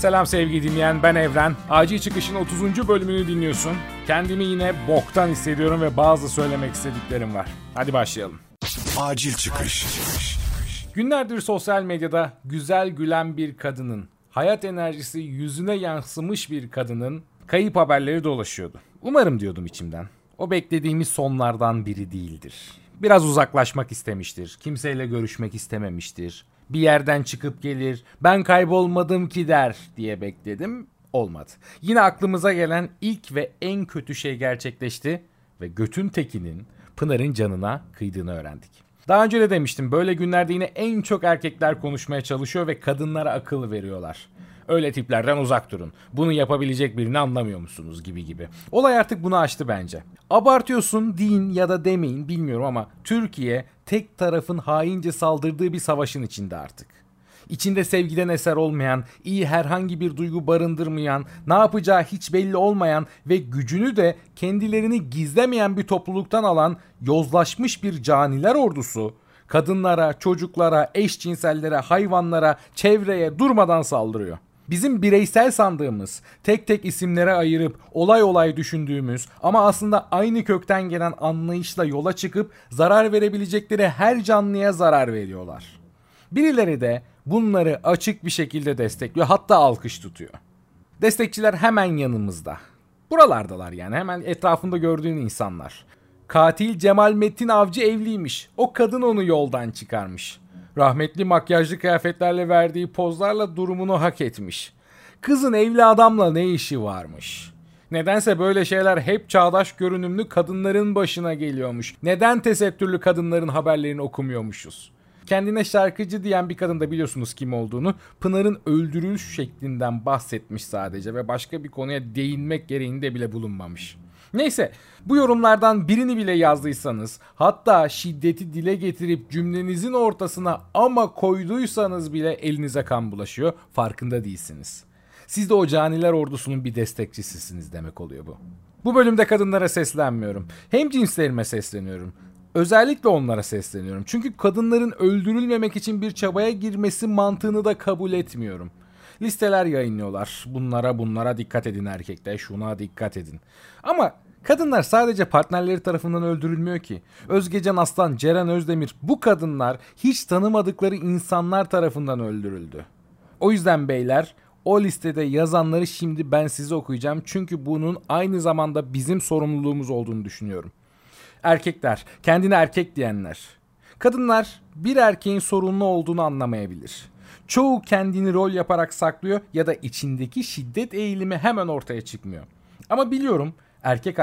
Selam sevgili dinleyen, ben Evren. Acil Çıkış'ın 30. bölümünü dinliyorsun. Kendimi yine boktan hissediyorum ve bazı söylemek istediklerim var. Hadi başlayalım. Acil Çıkış. Günlerdir sosyal medyada güzel gülen bir kadının, hayat enerjisi yüzüne yansımış bir kadının kayıp haberleri dolaşıyordu. Umarım diyordum içimden, o beklediğimiz sonlardan biri değildir. Biraz uzaklaşmak istemiştir, kimseyle görüşmek istememiştir. Bir yerden çıkıp gelir, ben kaybolmadım ki der diye bekledim, olmadı. Yine aklımıza gelen ilk ve en kötü şey gerçekleşti ve götün tekinin Pınar'ın canına kıydığını öğrendik. Daha önce de demiştim, böyle günlerde yine en çok erkekler konuşmaya çalışıyor ve kadınlara akıl veriyorlar. Öyle tiplerden uzak durun. Bunu yapabilecek birini anlamıyor musunuz gibi. Olay artık bunu aştı bence. Abartıyorsun deyin ya da demeyin bilmiyorum ama Türkiye tek tarafın haince saldırdığı bir savaşın içinde artık. İçinde sevgiden eser olmayan, iyi herhangi bir duygu barındırmayan, ne yapacağı hiç belli olmayan ve gücünü de kendilerini gizlemeyen bir topluluktan alan yozlaşmış bir caniler ordusu, kadınlara, çocuklara, eşcinsellere, hayvanlara, çevreye durmadan saldırıyor. Bizim bireysel sandığımız, tek tek isimlere ayırıp olay olay düşündüğümüz ama aslında aynı kökten gelen anlayışla yola çıkıp zarar verebilecekleri her canlıya zarar veriyorlar. Birileri de bunları açık bir şekilde destekliyor, hatta alkış tutuyor. Destekçiler hemen yanımızda. Buralardalar yani, hemen etrafında gördüğün insanlar. Katil Cemal Metin Avcı evliymiş. O kadın onu yoldan çıkarmış. Rahmetli makyajlı kıyafetlerle verdiği pozlarla durumunu hak etmiş. Kızın evli adamla ne işi varmış? Nedense böyle şeyler hep çağdaş görünümlü kadınların başına geliyormuş. Neden tesettürlü kadınların haberlerini okumuyormuşuz? Kendine şarkıcı diyen bir kadın da biliyorsunuz kim olduğunu. Pınar'ın öldürülüş şeklinden bahsetmiş sadece ve başka bir konuya değinmek gereğinde bile bulunmamış. Neyse, bu yorumlardan birini bile yazdıysanız, hatta şiddeti dile getirip cümlenizin ortasına ama koyduysanız bile elinize kan bulaşıyor, farkında değilsiniz. Siz de o caniler ordusunun bir destekçisisiniz demek oluyor bu. Bu bölümde kadınlara seslenmiyorum. Hemcinslerime sesleniyorum. Özellikle onlara sesleniyorum. Çünkü kadınların öldürülmemek için bir çabaya girmesi mantığını da kabul etmiyorum. Listeler yayınlıyorlar. Bunlara dikkat edin erkekler, şuna dikkat edin. Ama kadınlar sadece partnerleri tarafından öldürülmüyor ki. Özgecan Aslan, Ceren Özdemir, bu kadınlar hiç tanımadıkları insanlar tarafından öldürüldü. O yüzden beyler, o listede yazanları şimdi ben size okuyacağım. Çünkü bunun aynı zamanda bizim sorumluluğumuz olduğunu düşünüyorum. Erkekler, kendine erkek diyenler. Kadınlar bir erkeğin sorunlu olduğunu anlamayabilir. Çoğu kendini rol yaparak saklıyor ya da içindeki şiddet eğilimi hemen ortaya çıkmıyor. Ama biliyorum erkek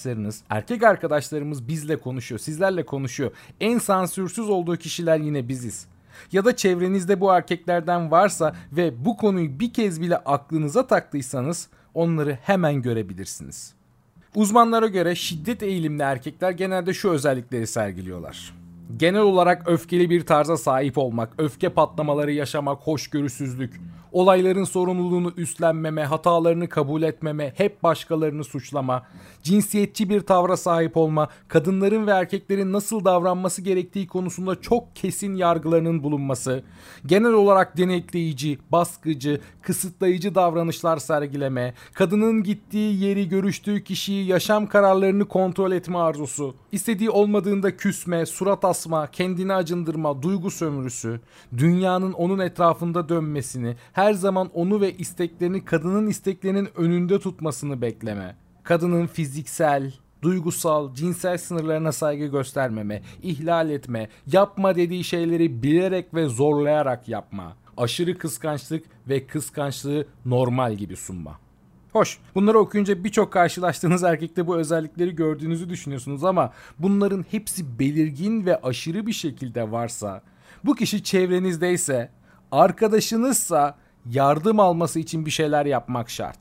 arkadaşlarımız bizle konuşuyor, sizlerle konuşuyor. En sansürsüz olduğu kişiler yine biziz. Ya da çevrenizde bu erkeklerden varsa ve bu konuyu bir kez bile aklınıza taktıysanız onları hemen görebilirsiniz. Uzmanlara göre şiddet eğilimli erkekler genelde şu özellikleri sergiliyorlar. Genel olarak öfkeli bir tarza sahip olmak, öfke patlamaları yaşamak, hoşgörüsüzlük, olayların sorumluluğunu üstlenmeme, hatalarını kabul etmeme, hep başkalarını suçlama, cinsiyetçi bir tavra sahip olma, kadınların ve erkeklerin nasıl davranması gerektiği konusunda çok kesin yargılarının bulunması, genel olarak denetleyici, baskıcı, kısıtlayıcı davranışlar sergileme, kadının gittiği yeri, görüştüğü kişiyi, yaşam kararlarını kontrol etme arzusu, istediği olmadığında küsme, surat asma, kendini acındırma, duygu sömürüsü, dünyanın onun etrafında dönmesini, her zaman onu ve isteklerini kadının isteklerinin önünde tutmasını bekleme, kadının fiziksel, duygusal, cinsel sınırlarına saygı göstermeme, ihlal etme, yapma dediği şeyleri bilerek ve zorlayarak yapma, aşırı kıskançlık ve kıskançlığı normal gibi sunma. Hoş, bunları okuyunca birçok karşılaştığınız erkekte bu özellikleri gördüğünüzü düşünüyorsunuz ama bunların hepsi belirgin ve aşırı bir şekilde varsa, bu kişi çevrenizdeyse, arkadaşınızsa yardım alması için bir şeyler yapmak şart.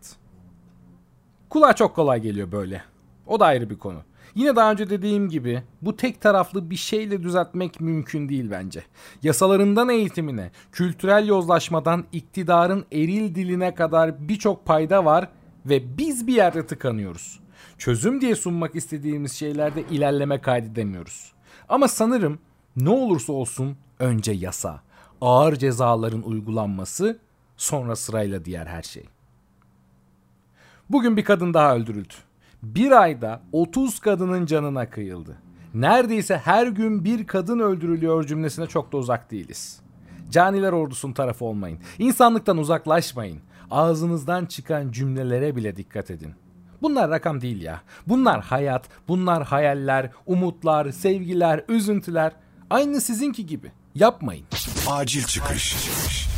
Kulağa çok kolay geliyor böyle. O da ayrı bir konu. Yine daha önce dediğim gibi bu tek taraflı bir şeyle düzeltmek mümkün değil bence. Yasalarından eğitimine, kültürel yozlaşmadan iktidarın eril diline kadar birçok payda var ve biz bir yerde tıkanıyoruz. Çözüm diye sunmak istediğimiz şeylerde ilerleme kaydedemiyoruz. Ama sanırım ne olursa olsun önce yasa, ağır cezaların uygulanması, Sonra sırayla diğer her şey. Bugün bir kadın daha öldürüldü. Bir ayda 30 kadının canına kıyıldı. Neredeyse her gün bir kadın öldürülüyor cümlesine çok da uzak değiliz. Caniler ordusunun tarafı olmayın. İnsanlıktan uzaklaşmayın. Ağzınızdan çıkan cümlelere bile dikkat edin. Bunlar rakam değil ya. Bunlar hayat, bunlar hayaller, umutlar, sevgiler, üzüntüler. Aynı sizinki gibi. Yapmayın. Acil çıkış.